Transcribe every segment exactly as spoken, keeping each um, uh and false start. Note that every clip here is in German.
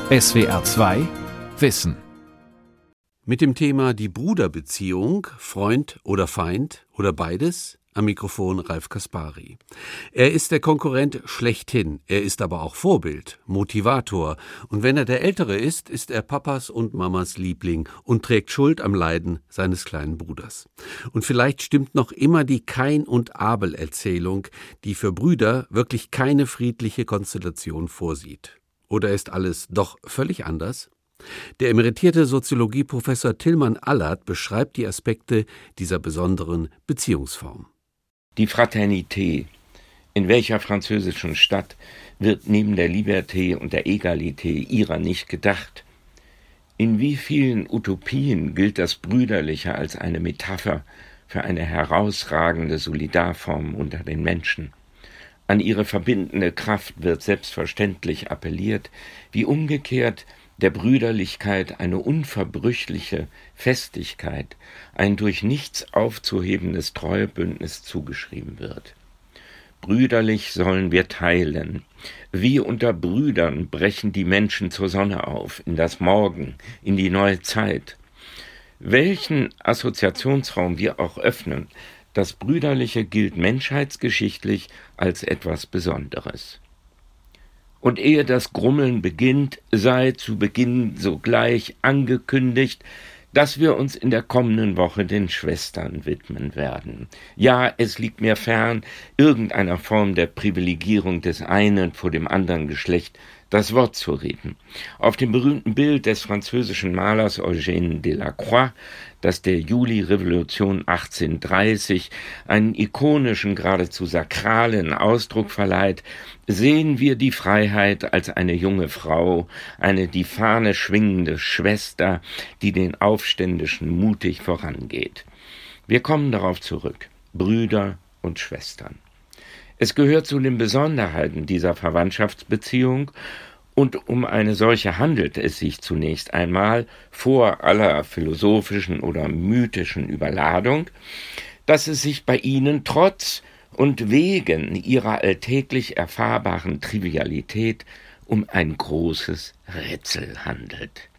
S W R zwei Wissen. Mit dem Thema die Bruderbeziehung, Freund oder Feind oder beides, am Mikrofon Ralf Kaspari. Er ist der Konkurrent schlechthin, er ist aber auch Vorbild, Motivator. Und wenn er der Ältere ist, ist er Papas und Mamas Liebling und trägt Schuld am Leiden seines kleinen Bruders. Und vielleicht stimmt noch immer die Kain- und Abel-Erzählung, die für Brüder wirklich keine friedliche Konstellation vorsieht. Oder ist alles doch völlig anders? Der emeritierte Soziologieprofessor Tilman Allert beschreibt die Aspekte dieser besonderen Beziehungsform. Die Fraternité. In welcher französischen Stadt wird neben der Liberté und der Egalité ihrer nicht gedacht? In wie vielen Utopien gilt das Brüderliche als eine Metapher für eine herausragende Solidarform unter den Menschen? An ihre verbindende Kraft wird selbstverständlich appelliert, wie umgekehrt der Brüderlichkeit eine unverbrüchliche Festigkeit, ein durch nichts aufzuhebendes Treuebündnis zugeschrieben wird. Brüderlich sollen wir teilen. Wie unter Brüdern brechen die Menschen zur Sonne auf, in das Morgen, in die neue Zeit. Welchen Assoziationsraum wir auch öffnen, das Brüderliche gilt menschheitsgeschichtlich als etwas Besonderes. Und ehe das Grummeln beginnt, sei zu Beginn sogleich angekündigt, dass wir uns in der kommenden Woche den Schwestern widmen werden. Ja, es liegt mir fern, irgendeiner Form der Privilegierung des einen vor dem anderen Geschlecht das Wort zu reden. Auf dem berühmten Bild des französischen Malers Eugène Delacroix, das der Juli-Revolution achtzehnhundertdreißig einen ikonischen, geradezu sakralen Ausdruck verleiht, sehen wir die Freiheit als eine junge Frau, eine die Fahne schwingende Schwester, die den Aufständischen mutig vorangeht. Wir kommen darauf zurück. Brüder und Schwestern. Es gehört zu den Besonderheiten dieser Verwandtschaftsbeziehung, und um eine solche handelt es sich zunächst einmal vor aller philosophischen oder mythischen Überladung, dass es sich bei ihnen trotz und wegen ihrer alltäglich erfahrbaren Trivialität um ein großes Rätsel handelt.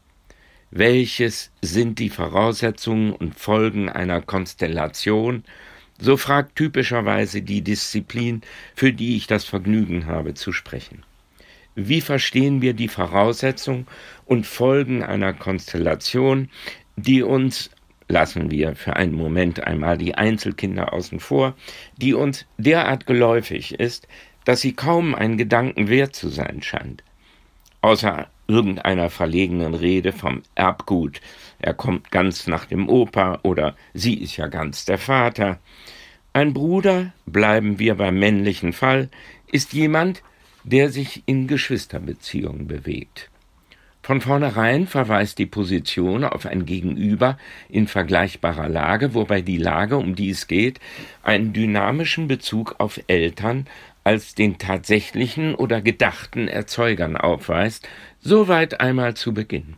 Welches sind die Voraussetzungen und Folgen einer Konstellation? So fragt typischerweise die Disziplin, für die ich das Vergnügen habe zu sprechen. Wie verstehen wir die Voraussetzungen und Folgen einer Konstellation, die uns, lassen wir für einen Moment einmal die Einzelkinder außen vor, die uns derart geläufig ist, dass sie kaum einen Gedanken wert zu sein scheint? Außer irgendeiner verlegenen Rede vom Erbgut, er kommt ganz nach dem Opa oder sie ist ja ganz der Vater. Ein Bruder, bleiben wir beim männlichen Fall, ist jemand, der sich in Geschwisterbeziehungen bewegt. Von vornherein verweist die Position auf ein Gegenüber in vergleichbarer Lage, wobei die Lage, um die es geht, einen dynamischen Bezug auf Eltern als den tatsächlichen oder gedachten Erzeugern aufweist, soweit einmal zu Beginn.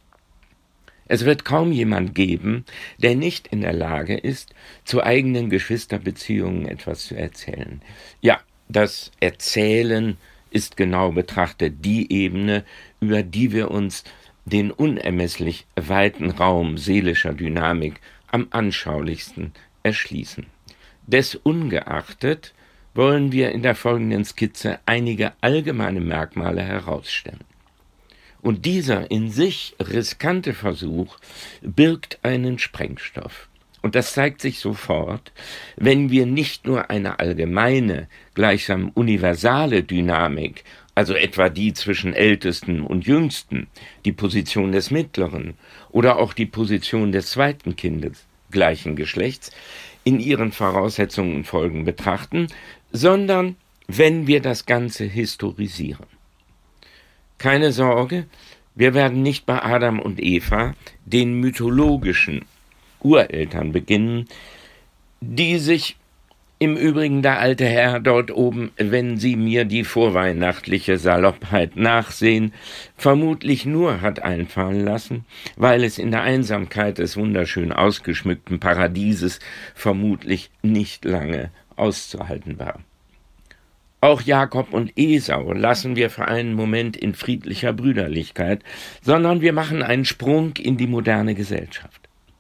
Es wird kaum jemand geben, der nicht in der Lage ist, zu eigenen Geschwisterbeziehungen etwas zu erzählen. Ja, das Erzählen ist genau betrachtet die Ebene, über die wir uns den unermesslich weiten Raum seelischer Dynamik am anschaulichsten erschließen. Desungeachtet wollen wir in der folgenden Skizze einige allgemeine Merkmale herausstellen. Und dieser in sich riskante Versuch birgt einen Sprengstoff. Und das zeigt sich sofort, wenn wir nicht nur eine allgemeine, gleichsam universale Dynamik, also etwa die zwischen Ältesten und Jüngsten, die Position des Mittleren oder auch die Position des zweiten Kindes gleichen Geschlechts, in ihren Voraussetzungen und Folgen betrachten, sondern wenn wir das Ganze historisieren. Keine Sorge, wir werden nicht bei Adam und Eva, den mythologischen Ureltern, beginnen, die sich im Übrigen der alte Herr dort oben, wenn Sie mir die vorweihnachtliche Saloppheit nachsehen, vermutlich nur hat einfallen lassen, weil es in der Einsamkeit des wunderschön ausgeschmückten Paradieses vermutlich nicht lange auszuhalten war. Auch Jakob und Esau lassen wir für einen Moment in friedlicher Brüderlichkeit, sondern wir machen einen Sprung in die moderne Gesellschaft.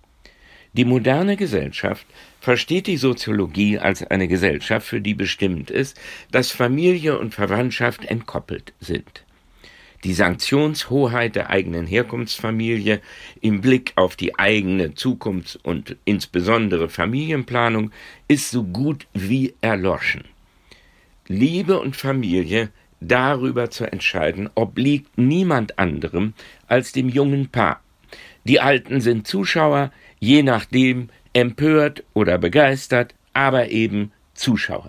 Die moderne Gesellschaft versteht die Soziologie als eine Gesellschaft, für die bestimmt ist, dass Familie und Verwandtschaft entkoppelt sind. Die Sanktionshoheit der eigenen Herkunftsfamilie im Blick auf die eigene Zukunfts- und insbesondere Familienplanung ist so gut wie erloschen. Liebe und Familie darüber zu entscheiden, obliegt niemand anderem als dem jungen Paar. Die Alten sind Zuschauer, je nachdem empört oder begeistert, aber eben Zuschauer.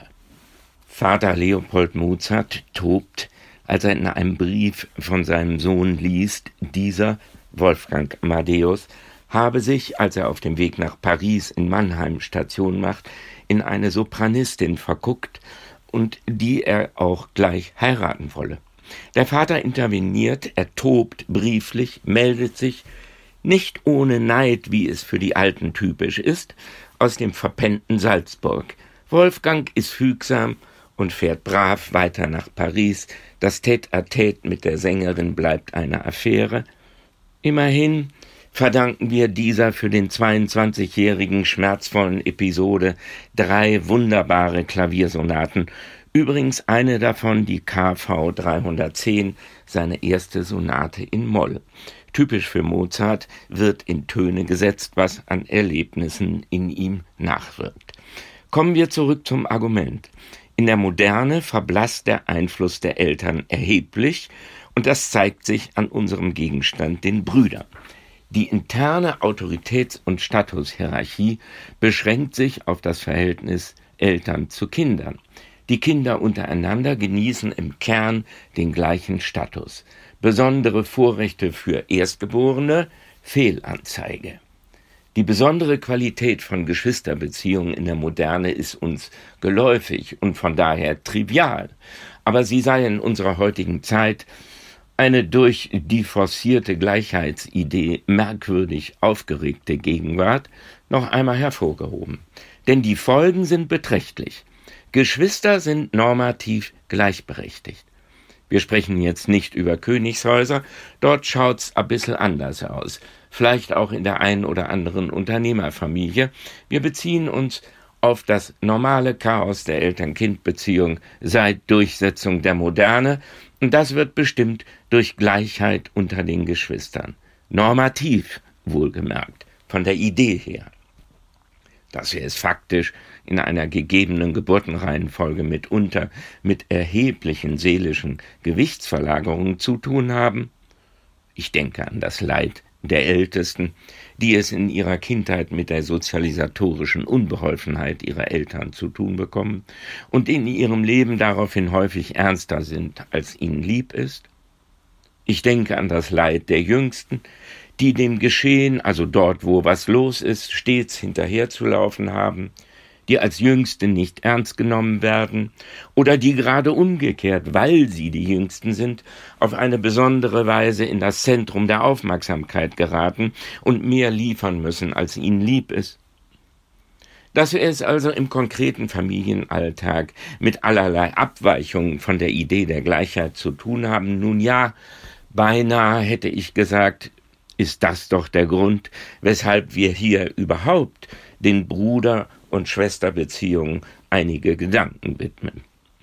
Vater Leopold Mozart tobt, als er in einem Brief von seinem Sohn liest, dieser, Wolfgang Amadeus, habe sich, als er auf dem Weg nach Paris in Mannheim Station macht, in eine Sopranistin verguckt und die er auch gleich heiraten wolle. Der Vater interveniert, er tobt brieflich, meldet sich, nicht ohne Neid, wie es für die Alten typisch ist, aus dem verpennten Salzburg. Wolfgang ist fügsam und fährt brav weiter nach Paris. Das Tête-à-Tête mit der Sängerin bleibt eine Affäre. Immerhin verdanken wir dieser für den zweiundzwanzigjährigen schmerzvollen Episode drei wunderbare Klaviersonaten. Übrigens eine davon, die K V dreihundertzehn, seine erste Sonate in Moll. Typisch für Mozart wird in Töne gesetzt, was an Erlebnissen in ihm nachwirkt. Kommen wir zurück zum Argument. In der Moderne verblasst der Einfluss der Eltern erheblich und das zeigt sich an unserem Gegenstand, den Brüdern. Die interne Autoritäts- und Statushierarchie beschränkt sich auf das Verhältnis Eltern zu Kindern. Die Kinder untereinander genießen im Kern den gleichen Status. Besondere Vorrechte für Erstgeborene, Fehlanzeige. Die besondere Qualität von Geschwisterbeziehungen in der Moderne ist uns geläufig und von daher trivial, aber sie sei in unserer heutigen Zeit eine durch die forcierte Gleichheitsidee merkwürdig aufgeregte Gegenwart noch einmal hervorgehoben. Denn die Folgen sind beträchtlich. Geschwister sind normativ gleichberechtigt. Wir sprechen jetzt nicht über Königshäuser, dort schaut's ein bisschen anders aus. Vielleicht auch in der einen oder anderen Unternehmerfamilie. Wir beziehen uns auf das normale Chaos der Eltern-Kind-Beziehung seit Durchsetzung der Moderne, und das wird bestimmt durch Gleichheit unter den Geschwistern. Normativ, wohlgemerkt, von der Idee her. Dass wir es faktisch in einer gegebenen Geburtenreihenfolge mitunter mit erheblichen seelischen Gewichtsverlagerungen zu tun haben. Ich denke an das Leid der Ältesten, die es in ihrer Kindheit mit der sozialisatorischen Unbeholfenheit ihrer Eltern zu tun bekommen und in ihrem Leben daraufhin häufig ernster sind, als ihnen lieb ist. Ich denke an das Leid der Jüngsten, die dem Geschehen, also dort, wo was los ist, stets hinterherzulaufen haben, die als Jüngste nicht ernst genommen werden oder die gerade umgekehrt, weil sie die Jüngsten sind, auf eine besondere Weise in das Zentrum der Aufmerksamkeit geraten und mehr liefern müssen, als ihnen lieb ist. Dass wir es also im konkreten Familienalltag mit allerlei Abweichungen von der Idee der Gleichheit zu tun haben, nun ja, beinahe hätte ich gesagt, ist das doch der Grund, weshalb wir hier überhaupt den Bruder- und Schwesterbeziehungen einige Gedanken widmen.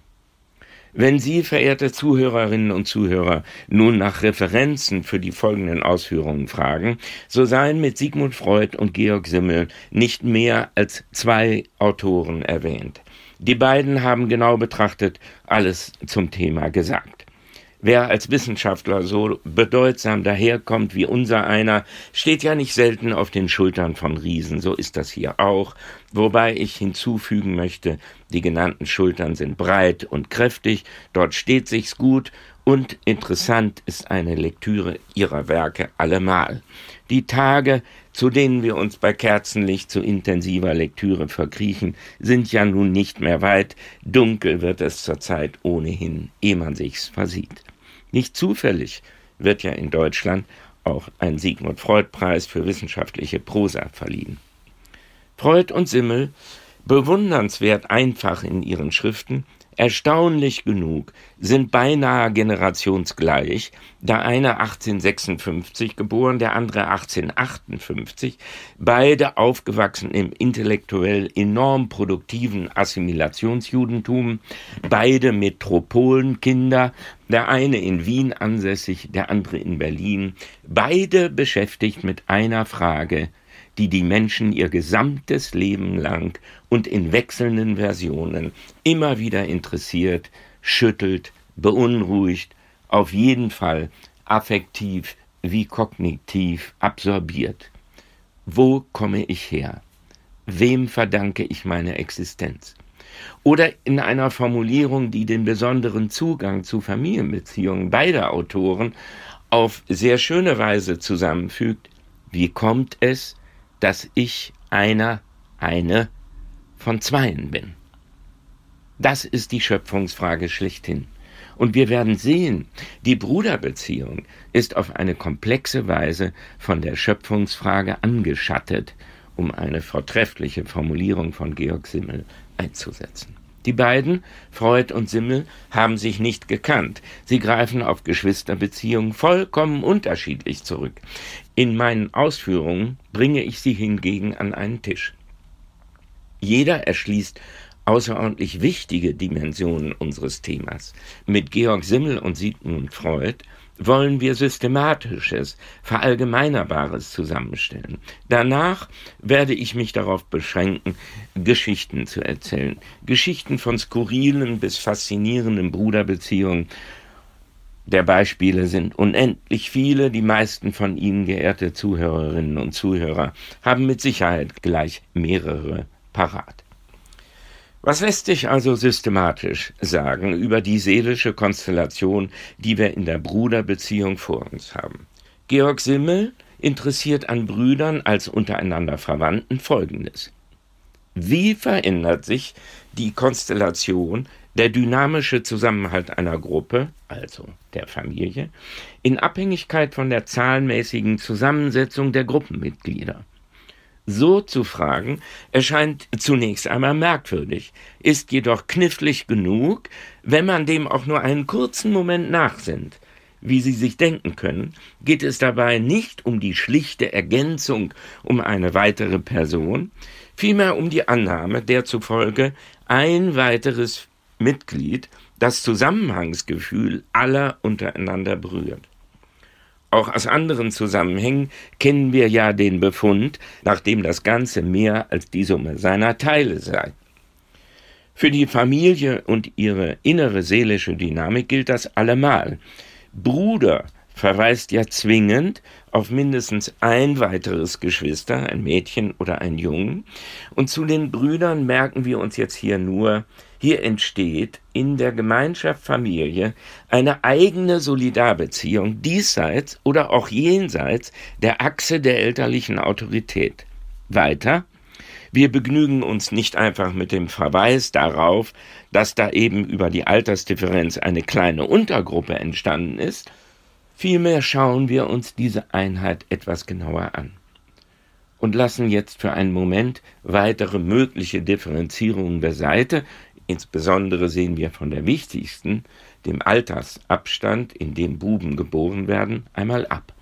Wenn Sie, verehrte Zuhörerinnen und Zuhörer, nun nach Referenzen für die folgenden Ausführungen fragen, so seien mit Sigmund Freud und Georg Simmel nicht mehr als zwei Autoren erwähnt. Die beiden haben genau betrachtet alles zum Thema gesagt. Wer als Wissenschaftler so bedeutsam daherkommt wie unser einer, steht ja nicht selten auf den Schultern von Riesen, so ist das hier auch, wobei ich hinzufügen möchte, die genannten Schultern sind breit und kräftig, dort steht sich's gut und interessant ist eine Lektüre ihrer Werke allemal. Die Tage, zu denen wir uns bei Kerzenlicht zu intensiver Lektüre verkriechen, sind ja nun nicht mehr weit, dunkel wird es zurzeit ohnehin, ehe man sich's versieht. Nicht zufällig wird ja in Deutschland auch ein Sigmund-Freud-Preis für wissenschaftliche Prosa verliehen. Freud und Simmel, bewundernswert einfach in ihren Schriften, Erstaunlich genug sind beinahe generationsgleich, der eine achtzehnhundertsechsundfünfzig geboren, der andere achtzehnhundertachtundfünfzig, beide aufgewachsen im intellektuell enorm produktiven Assimilationsjudentum, beide Metropolenkinder, der eine in Wien ansässig, der andere in Berlin, beide beschäftigt mit einer Frage, die die Menschen ihr gesamtes Leben lang und in wechselnden Versionen immer wieder interessiert, schüttelt, beunruhigt, auf jeden Fall affektiv wie kognitiv absorbiert. Wo komme ich her? Wem verdanke ich meine Existenz? Oder in einer Formulierung, die den besonderen Zugang zu Familienbeziehungen beider Autoren auf sehr schöne Weise zusammenfügt: Wie kommt es, dass ich einer, eine von Zweien bin? Das ist die Schöpfungsfrage schlechthin. Und wir werden sehen, die Bruderbeziehung ist auf eine komplexe Weise von der Schöpfungsfrage angeschattet, um eine vortreffliche Formulierung von Georg Simmel einzusetzen. Die beiden, Freud und Simmel, haben sich nicht gekannt. Sie greifen auf Geschwisterbeziehungen vollkommen unterschiedlich zurück. In meinen Ausführungen bringe ich sie hingegen an einen Tisch. Jeder erschließt außerordentlich wichtige Dimensionen unseres Themas. Mit Georg Simmel und Sigmund Freud wollen wir Systematisches, Verallgemeinerbares zusammenstellen. Danach werde ich mich darauf beschränken, Geschichten zu erzählen. Geschichten von skurrilen bis faszinierenden Bruderbeziehungen. Der Beispiele sind unendlich viele. Die meisten von Ihnen, geehrte Zuhörerinnen und Zuhörer, haben mit Sicherheit gleich mehrere parat. Was lässt sich also systematisch sagen über die seelische Konstellation, die wir in der Bruderbeziehung vor uns haben? Georg Simmel interessiert an Brüdern als untereinander Verwandten Folgendes: Wie verändert sich die Konstellation, der dynamische Zusammenhalt einer Gruppe, also der Familie, in Abhängigkeit von der zahlenmäßigen Zusammensetzung der Gruppenmitglieder? So zu fragen, erscheint zunächst einmal merkwürdig, ist jedoch knifflig genug, wenn man dem auch nur einen kurzen Moment nachsinnt. Wie Sie sich denken können, geht es dabei nicht um die schlichte Ergänzung um eine weitere Person, vielmehr um die Annahme, der zufolge ein weiteres Mitglied das Zusammenhangsgefühl aller untereinander berührt. Auch aus anderen Zusammenhängen kennen wir ja den Befund, nachdem das Ganze mehr als die Summe seiner Teile sei. Für die Familie und ihre innere seelische Dynamik gilt das allemal. Bruder verweist ja zwingend auf mindestens ein weiteres Geschwister, ein Mädchen oder ein Jungen. Und zu den Brüdern merken wir uns jetzt hier nur: Hier entsteht in der Gemeinschaft Familie eine eigene Solidarbeziehung diesseits oder auch jenseits der Achse der elterlichen Autorität. Weiter: Wir begnügen uns nicht einfach mit dem Verweis darauf, dass da eben über die Altersdifferenz eine kleine Untergruppe entstanden ist. Vielmehr schauen wir uns diese Einheit etwas genauer an und lassen jetzt für einen Moment weitere mögliche Differenzierungen beiseite. Insbesondere sehen wir von der wichtigsten, dem Altersabstand, in dem Buben geboren werden, einmal ab.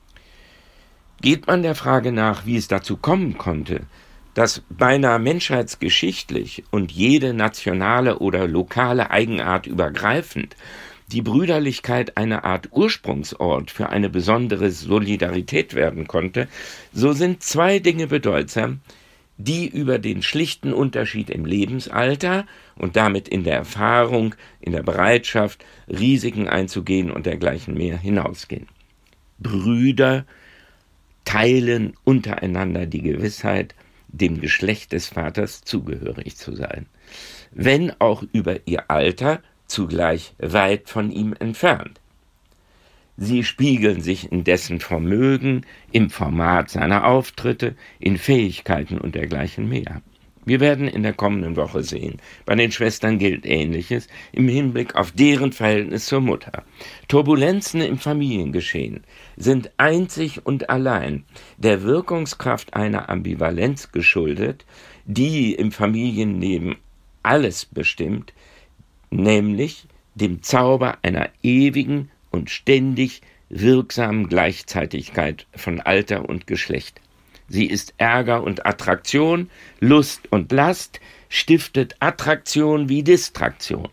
Geht man der Frage nach, wie es dazu kommen konnte, dass beinahe menschheitsgeschichtlich und jede nationale oder lokale Eigenart übergreifend die Brüderlichkeit eine Art Ursprungsort für eine besondere Solidarität werden konnte, so sind zwei Dinge bedeutsam, die über den schlichten Unterschied im Lebensalter und damit in der Erfahrung, in der Bereitschaft, Risiken einzugehen und dergleichen mehr hinausgehen. Brüder teilen untereinander die Gewissheit, dem Geschlecht des Vaters zugehörig zu sein, wenn auch über ihr Alter zugleich weit von ihm entfernt. Sie spiegeln sich in dessen Vermögen, im Format seiner Auftritte, in Fähigkeiten und dergleichen mehr. Wir werden in der kommenden Woche sehen, bei den Schwestern gilt Ähnliches im Hinblick auf deren Verhältnis zur Mutter. Turbulenzen im Familiengeschehen sind einzig und allein der Wirkungskraft einer Ambivalenz geschuldet, die im Familienleben alles bestimmt, nämlich dem Zauber einer ewigen und ständig wirksamen Gleichzeitigkeit von Alter und Geschlecht. Sie ist Ärger und Attraktion, Lust und Last, stiftet Attraktion wie Distraktion.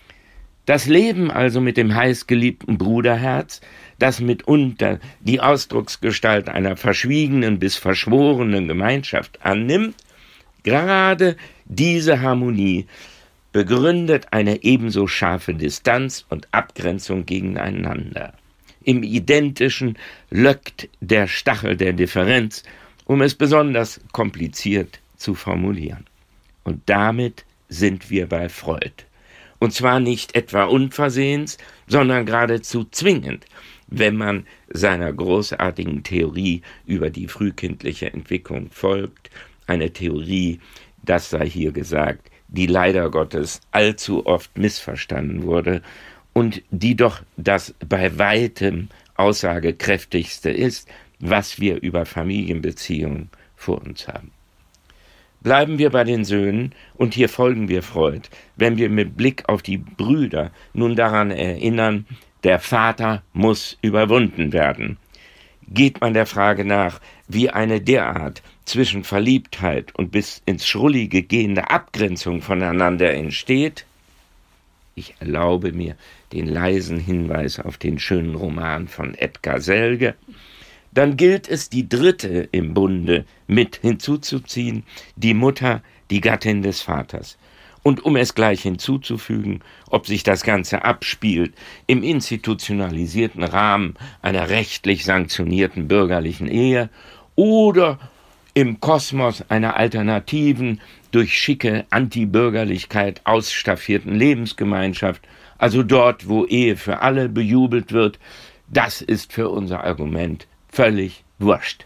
Das Leben also mit dem heißgeliebten Bruderherz, das mitunter die Ausdrucksgestalt einer verschwiegenen bis verschworenen Gemeinschaft annimmt, gerade diese Harmonie begründet eine ebenso scharfe Distanz und Abgrenzung gegeneinander. Im Identischen löckt der Stachel der Differenz, um es besonders kompliziert zu formulieren. Und damit sind wir bei Freud. Und zwar nicht etwa unversehens, sondern geradezu zwingend, wenn man seiner großartigen Theorie über die frühkindliche Entwicklung folgt. Eine Theorie, das sei hier gesagt, die leider Gottes allzu oft missverstanden wurde und die doch das bei weitem aussagekräftigste ist, was wir über Familienbeziehungen vor uns haben. Bleiben wir bei den Söhnen, und hier folgen wir Freud, wenn wir mit Blick auf die Brüder nun daran erinnern, der Vater muss überwunden werden. Geht man der Frage nach, wie eine derart zwischen Verliebtheit und bis ins Schrullige gehende Abgrenzung voneinander entsteht, ich erlaube mir den leisen Hinweis auf den schönen Roman von Edgar Selge, dann gilt es, die Dritte im Bunde mit hinzuzuziehen, die Mutter, die Gattin des Vaters. Und um es gleich hinzuzufügen, ob sich das Ganze abspielt im institutionalisierten Rahmen einer rechtlich sanktionierten bürgerlichen Ehe oder im Kosmos einer alternativen, durch schicke Antibürgerlichkeit ausstaffierten Lebensgemeinschaft, also dort, wo Ehe für alle bejubelt wird, das ist für unser Argument völlig wurscht.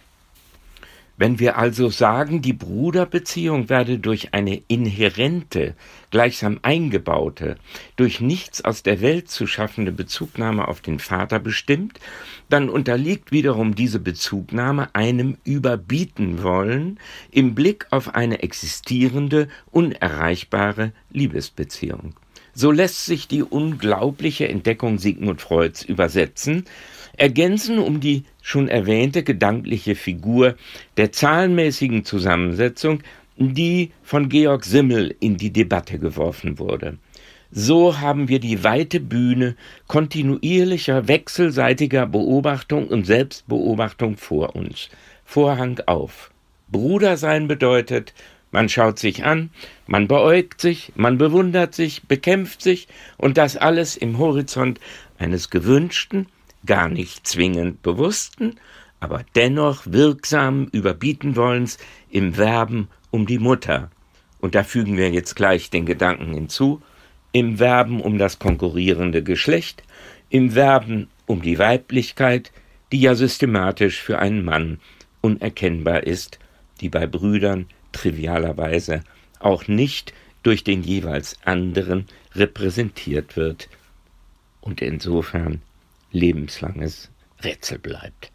Wenn wir also sagen, die Bruderbeziehung werde durch eine inhärente, gleichsam eingebaute, durch nichts aus der Welt zu schaffende Bezugnahme auf den Vater bestimmt, dann unterliegt wiederum diese Bezugnahme einem Überbieten wollen im Blick auf eine existierende, unerreichbare Liebesbeziehung. So lässt sich die unglaubliche Entdeckung Sigmund Freuds übersetzen, ergänzen um die schon erwähnte gedankliche Figur der zahlenmäßigen Zusammensetzung, die von Georg Simmel in die Debatte geworfen wurde. So haben wir die weite Bühne kontinuierlicher, wechselseitiger Beobachtung und Selbstbeobachtung vor uns. Vorhang auf. Brudersein bedeutet, man schaut sich an, man beäugt sich, man bewundert sich, bekämpft sich und das alles im Horizont eines gewünschten, gar nicht zwingend bewussten, aber dennoch wirksamen Überbieten-Wollens im Werben um die Mutter. Und da fügen wir jetzt gleich den Gedanken hinzu, im Werben um das konkurrierende Geschlecht, im Werben um die Weiblichkeit, die ja systematisch für einen Mann unerkennbar ist, die bei Brüdern trivialerweise auch nicht durch den jeweils anderen repräsentiert wird und insofern lebenslanges Rätsel bleibt.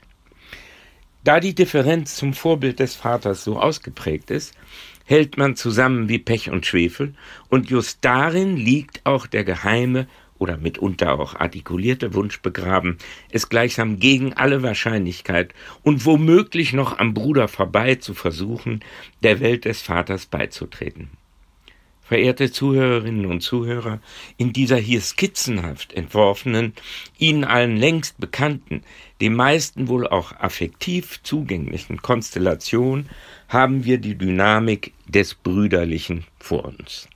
Da die Differenz zum Vorbild des Vaters so ausgeprägt ist, hält man zusammen wie Pech und Schwefel, und just darin liegt auch der geheime oder mitunter auch artikulierte Wunsch begraben, es gleichsam gegen alle Wahrscheinlichkeit und womöglich noch am Bruder vorbei zu versuchen, der Welt des Vaters beizutreten. Verehrte Zuhörerinnen und Zuhörer, in dieser hier skizzenhaft entworfenen, Ihnen allen längst bekannten, den meisten wohl auch affektiv zugänglichen Konstellation haben wir die Dynamik des Brüderlichen vor uns.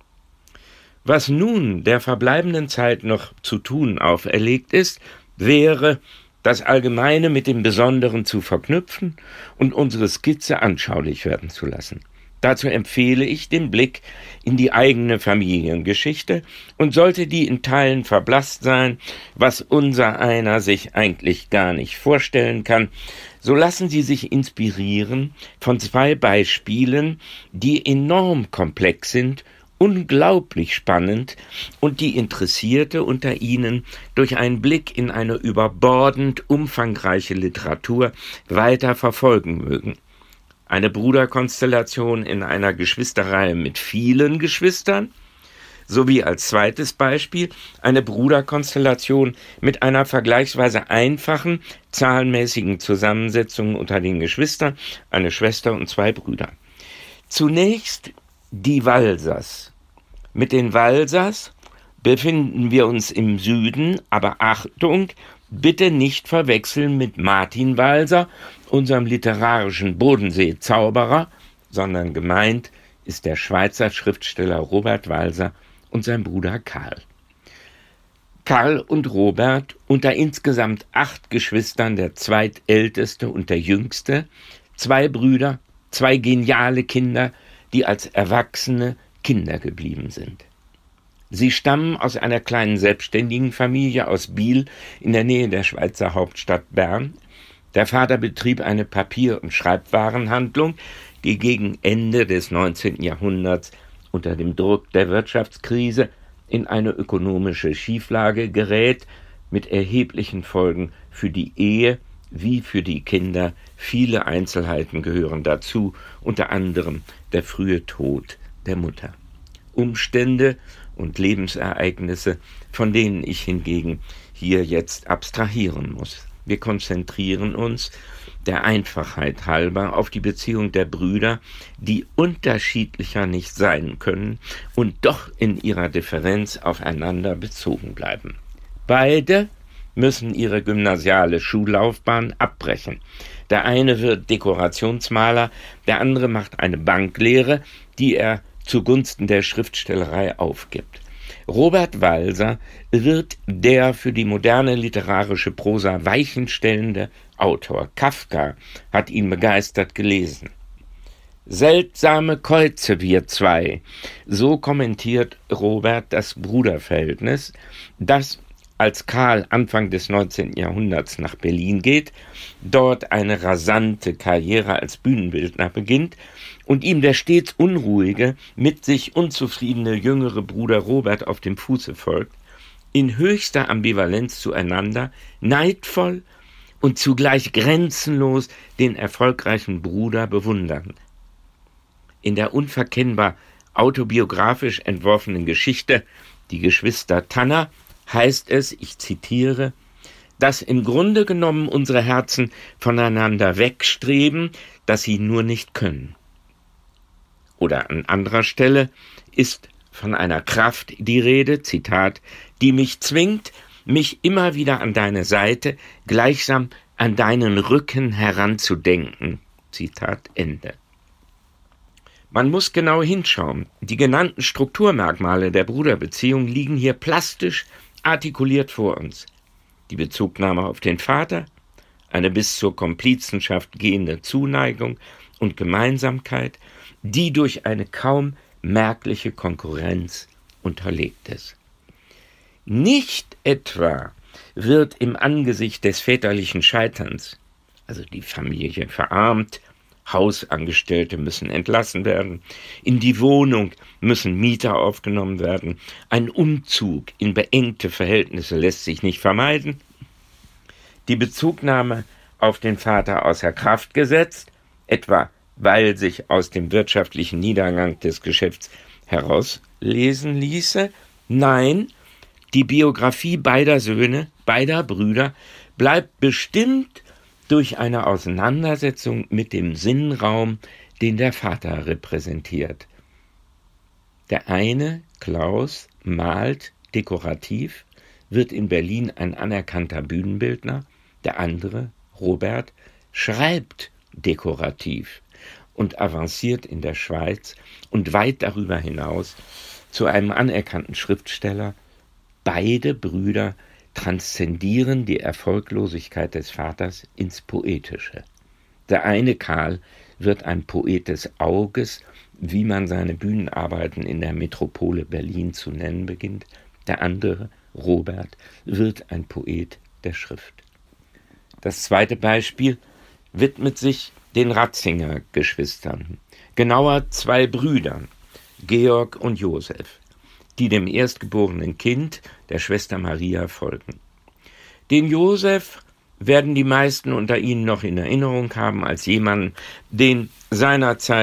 Was nun der verbleibenden Zeit noch zu tun auferlegt ist, wäre, das Allgemeine mit dem Besonderen zu verknüpfen und unsere Skizze anschaulich werden zu lassen. Dazu empfehle ich den Blick in die eigene Familiengeschichte, und sollte die in Teilen verblasst sein, was unser einer sich eigentlich gar nicht vorstellen kann, so lassen Sie sich inspirieren von zwei Beispielen, die enorm komplex sind, unglaublich spannend und die Interessierte unter Ihnen durch einen Blick in eine überbordend umfangreiche Literatur weiter verfolgen mögen. Eine Bruderkonstellation in einer Geschwisterreihe mit vielen Geschwistern sowie als zweites Beispiel eine Bruderkonstellation mit einer vergleichsweise einfachen, zahlenmäßigen Zusammensetzung unter den Geschwistern, eine Schwester und zwei Brüder. Zunächst die Walsers. Mit den Walsers befinden wir uns im Süden, aber Achtung, bitte nicht verwechseln mit Martin Walser, unserem literarischen Bodensee-Zauberer, sondern gemeint ist der Schweizer Schriftsteller Robert Walser und sein Bruder Karl. Karl und Robert, unter insgesamt acht Geschwistern der zweitälteste und der jüngste, zwei Brüder, zwei geniale Kinder, die als Erwachsene Kinder geblieben sind. Sie stammen aus einer kleinen selbstständigen Familie aus Biel in der Nähe der Schweizer Hauptstadt Bern. Der Vater betrieb eine Papier- und Schreibwarenhandlung, die gegen Ende des neunzehnten Jahrhunderts unter dem Druck der Wirtschaftskrise in eine ökonomische Schieflage gerät, mit erheblichen Folgen für die Ehe wie für die Kinder. Viele Einzelheiten gehören dazu, unter anderem der frühe Tod der Mutter. Umstände und Lebensereignisse, von denen ich hingegen hier jetzt abstrahieren muss. Wir konzentrieren uns der Einfachheit halber auf die Beziehung der Brüder, die unterschiedlicher nicht sein können und doch in ihrer Differenz aufeinander bezogen bleiben. Beide müssen ihre gymnasiale Schullaufbahn abbrechen. Der eine wird Dekorationsmaler, der andere macht eine Banklehre, die er zugunsten der Schriftstellerei aufgibt. Robert Walser wird der für die moderne literarische Prosa weichenstellende Autor. Kafka hat ihn begeistert gelesen. Seltsame Käuze wir zwei, so kommentiert Robert das Bruderverhältnis, das, als Karl Anfang des neunzehnten Jahrhunderts nach Berlin geht, dort eine rasante Karriere als Bühnenbildner beginnt und ihm der stets unruhige, mit sich unzufriedene jüngere Bruder Robert auf dem Fuße folgt, in höchster Ambivalenz zueinander, neidvoll und zugleich grenzenlos den erfolgreichen Bruder bewundern. In der unverkennbar autobiografisch entworfenen Geschichte Die Geschwister Tanner heißt es, ich zitiere, dass im Grunde genommen unsere Herzen voneinander wegstreben, dass sie nur nicht können. Oder an anderer Stelle ist von einer Kraft die Rede, Zitat, die mich zwingt, mich immer wieder an deine Seite, gleichsam an deinen Rücken heranzudenken. Zitat Ende. Man muss genau hinschauen. Die genannten Strukturmerkmale der Bruderbeziehung liegen hier plastisch artikuliert vor uns. Die Bezugnahme auf den Vater, eine bis zur Komplizenschaft gehende Zuneigung und Gemeinsamkeit, die durch eine kaum merkliche Konkurrenz unterlegt ist. Nicht etwa wird im Angesicht des väterlichen Scheiterns, also die Familie verarmt, Hausangestellte müssen entlassen werden, in die Wohnung müssen Mieter aufgenommen werden, ein Umzug in beengte Verhältnisse lässt sich nicht vermeiden, die Bezugnahme auf den Vater außer Kraft gesetzt, etwa weil sich aus dem wirtschaftlichen Niedergang des Geschäfts herauslesen ließe. Nein, die Biografie beider Söhne, beider Brüder bleibt bestimmt durch eine Auseinandersetzung mit dem Sinnraum, den der Vater repräsentiert. Der eine, Klaus, malt dekorativ, wird in Berlin ein anerkannter Bühnenbildner, der andere, Robert, schreibt dekorativ und avanciert in der Schweiz und weit darüber hinaus zu einem anerkannten Schriftsteller. Beide Brüder transzendieren die Erfolglosigkeit des Vaters ins Poetische. Der eine, Karl, wird ein Poet des Auges, wie man seine Bühnenarbeiten in der Metropole Berlin zu nennen beginnt. Der andere, Robert, wird ein Poet der Schrift. Das zweite Beispiel widmet sich den Ratzinger-Geschwistern, genauer zwei Brüdern, Georg und Josef, die dem erstgeborenen Kind, der Schwester Maria, folgen. Den Josef werden die meisten unter ihnen noch in Erinnerung haben als jemanden, den seinerzeit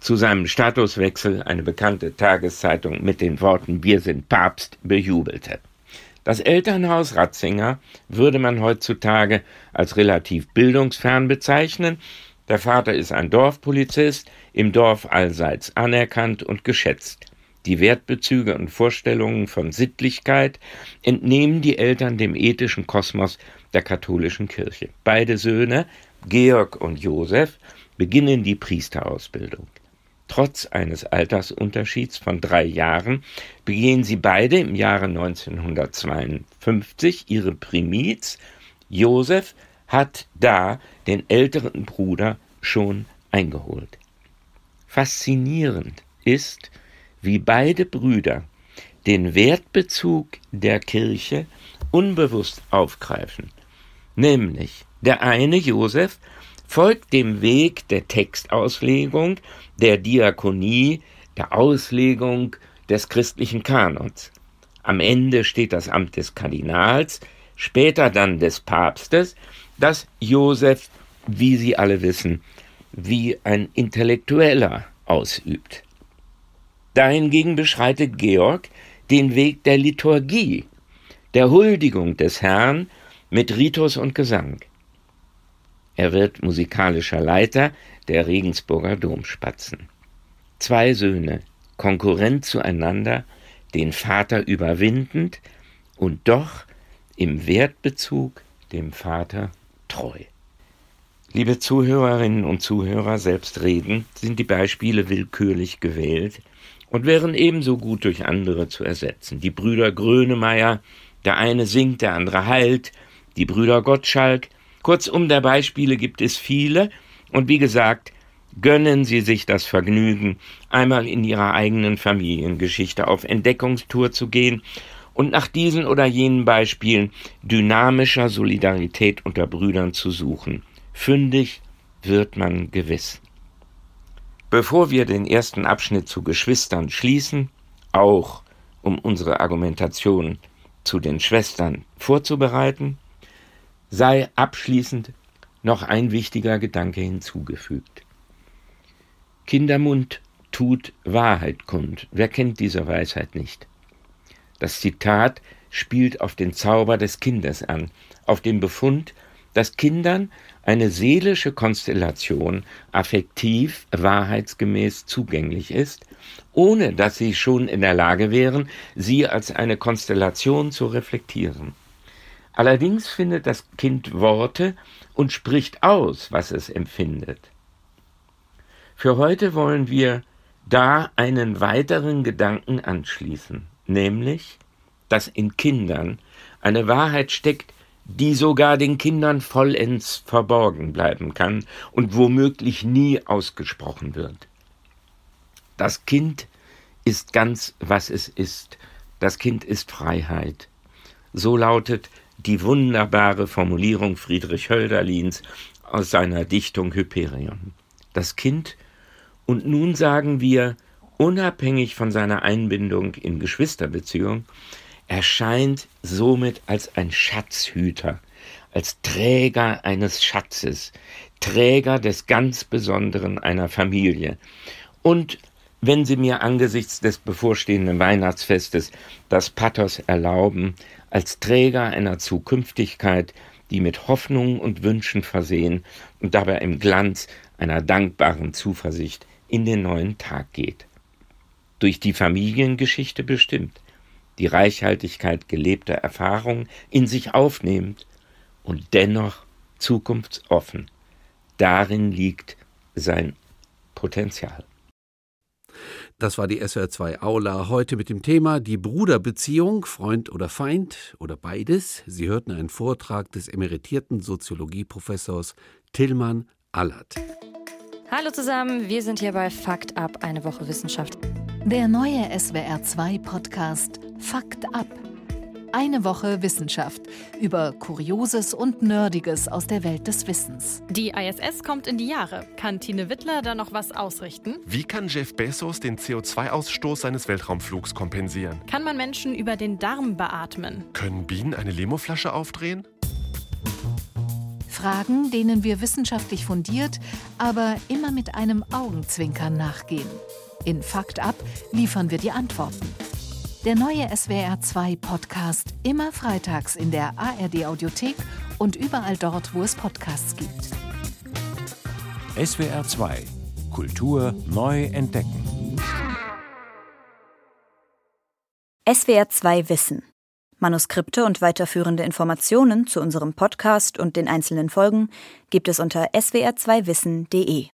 zu seinem Statuswechsel eine bekannte Tageszeitung mit den Worten „Wir sind Papst" bejubelte. Das Elternhaus Ratzinger würde man heutzutage als relativ bildungsfern bezeichnen. Der Vater ist ein Dorfpolizist, im Dorf allseits anerkannt und geschätzt. Die Wertbezüge und Vorstellungen von Sittlichkeit entnehmen die Eltern dem ethischen Kosmos der katholischen Kirche. Beide Söhne, Georg und Josef, beginnen die Priesterausbildung. Trotz eines Altersunterschieds von drei Jahren begehen sie beide im Jahre neunzehnhundertzweiundfünfzig ihre Primiz. Josef hat da den älteren Bruder schon eingeholt. Faszinierend ist, wie beide Brüder den Wertbezug der Kirche unbewusst aufgreifen. Nämlich der eine, Josef, folgt dem Weg der Textauslegung, der Diakonie, der Auslegung des christlichen Kanons. Am Ende steht das Amt des Kardinals, später dann des Papstes, das Josef, wie Sie alle wissen, wie ein Intellektueller ausübt. Dahingegen beschreitet Georg den Weg der Liturgie, der Huldigung des Herrn mit Ritus und Gesang. Er wird musikalischer Leiter der Regensburger Domspatzen. Zwei Söhne, konkurrent zueinander, den Vater überwindend und doch im Wertbezug dem Vater treu. Liebe Zuhörerinnen und Zuhörer, selbstredend sind die Beispiele willkürlich gewählt und wären ebenso gut durch andere zu ersetzen. Die Brüder Grönemeyer, der eine singt, der andere heilt, die Brüder Gottschalk. Kurzum, der Beispiele gibt es viele und wie gesagt, gönnen Sie sich das Vergnügen, einmal in Ihrer eigenen Familiengeschichte auf Entdeckungstour zu gehen und nach diesen oder jenen Beispielen dynamischer Solidarität unter Brüdern zu suchen. Fündig wird man gewiss. Bevor wir den ersten Abschnitt zu Geschwistern schließen, auch um unsere Argumentation zu den Schwestern vorzubereiten, sei abschließend noch ein wichtiger Gedanke hinzugefügt. Kindermund tut Wahrheit kund. Wer kennt diese Weisheit nicht? Das Zitat spielt auf den Zauber des Kindes an, auf den Befund, dass Kindern eine seelische Konstellation affektiv, wahrheitsgemäß zugänglich ist, ohne dass sie schon in der Lage wären, sie als eine Konstellation zu reflektieren. Allerdings findet das Kind Worte und spricht aus, was es empfindet. Für heute wollen wir da einen weiteren Gedanken anschließen, nämlich, dass in Kindern eine Wahrheit steckt, die sogar den Kindern vollends verborgen bleiben kann und womöglich nie ausgesprochen wird. Das Kind ist ganz, was es ist. Das Kind ist Freiheit. So lautet die wunderbare Formulierung Friedrich Hölderlins aus seiner Dichtung Hyperion. Das Kind, und nun sagen wir, unabhängig von seiner Einbindung in Geschwisterbeziehung, erscheint somit als ein Schatzhüter, als Träger eines Schatzes, Träger des ganz Besonderen einer Familie. Und wenn Sie mir angesichts des bevorstehenden Weihnachtsfestes das Pathos erlauben, als Träger einer Zukünftigkeit, die mit Hoffnungen und Wünschen versehen und dabei im Glanz einer dankbaren Zuversicht in den neuen Tag geht. Durch die Familiengeschichte bestimmt, die Reichhaltigkeit gelebter Erfahrungen in sich aufnehmend und dennoch zukunftsoffen. Darin liegt sein Potenzial. Das war die S W R zwei Aula heute mit dem Thema die Bruderbeziehung, Freund oder Feind oder beides. Sie hörten einen Vortrag des emeritierten Soziologieprofessors Tilman Allert. Hallo zusammen, wir sind hier bei Fakt Ab, eine Woche Wissenschaft. Der neue S W R zwei Podcast Fakt Ab. Eine Woche Wissenschaft über Kurioses und Nerdiges aus der Welt des Wissens. Die I S S kommt in die Jahre. Kann Tine Wittler da noch was ausrichten? Wie kann Jeff Bezos den C O zwei Ausstoß seines Weltraumflugs kompensieren? Kann man Menschen über den Darm beatmen? Können Bienen eine Limoflasche aufdrehen? Fragen, denen wir wissenschaftlich fundiert, aber immer mit einem Augenzwinkern nachgehen. In Fakt ab liefern wir die Antworten. Der neue S W R zwei Podcast immer freitags in der A R D Audiothek und überall dort, wo es Podcasts gibt. S W R zwei Kultur neu entdecken. S W R zwei Wissen. Manuskripte und weiterführende Informationen zu unserem Podcast und den einzelnen Folgen gibt es unter s w r zwei wissen punkt d e.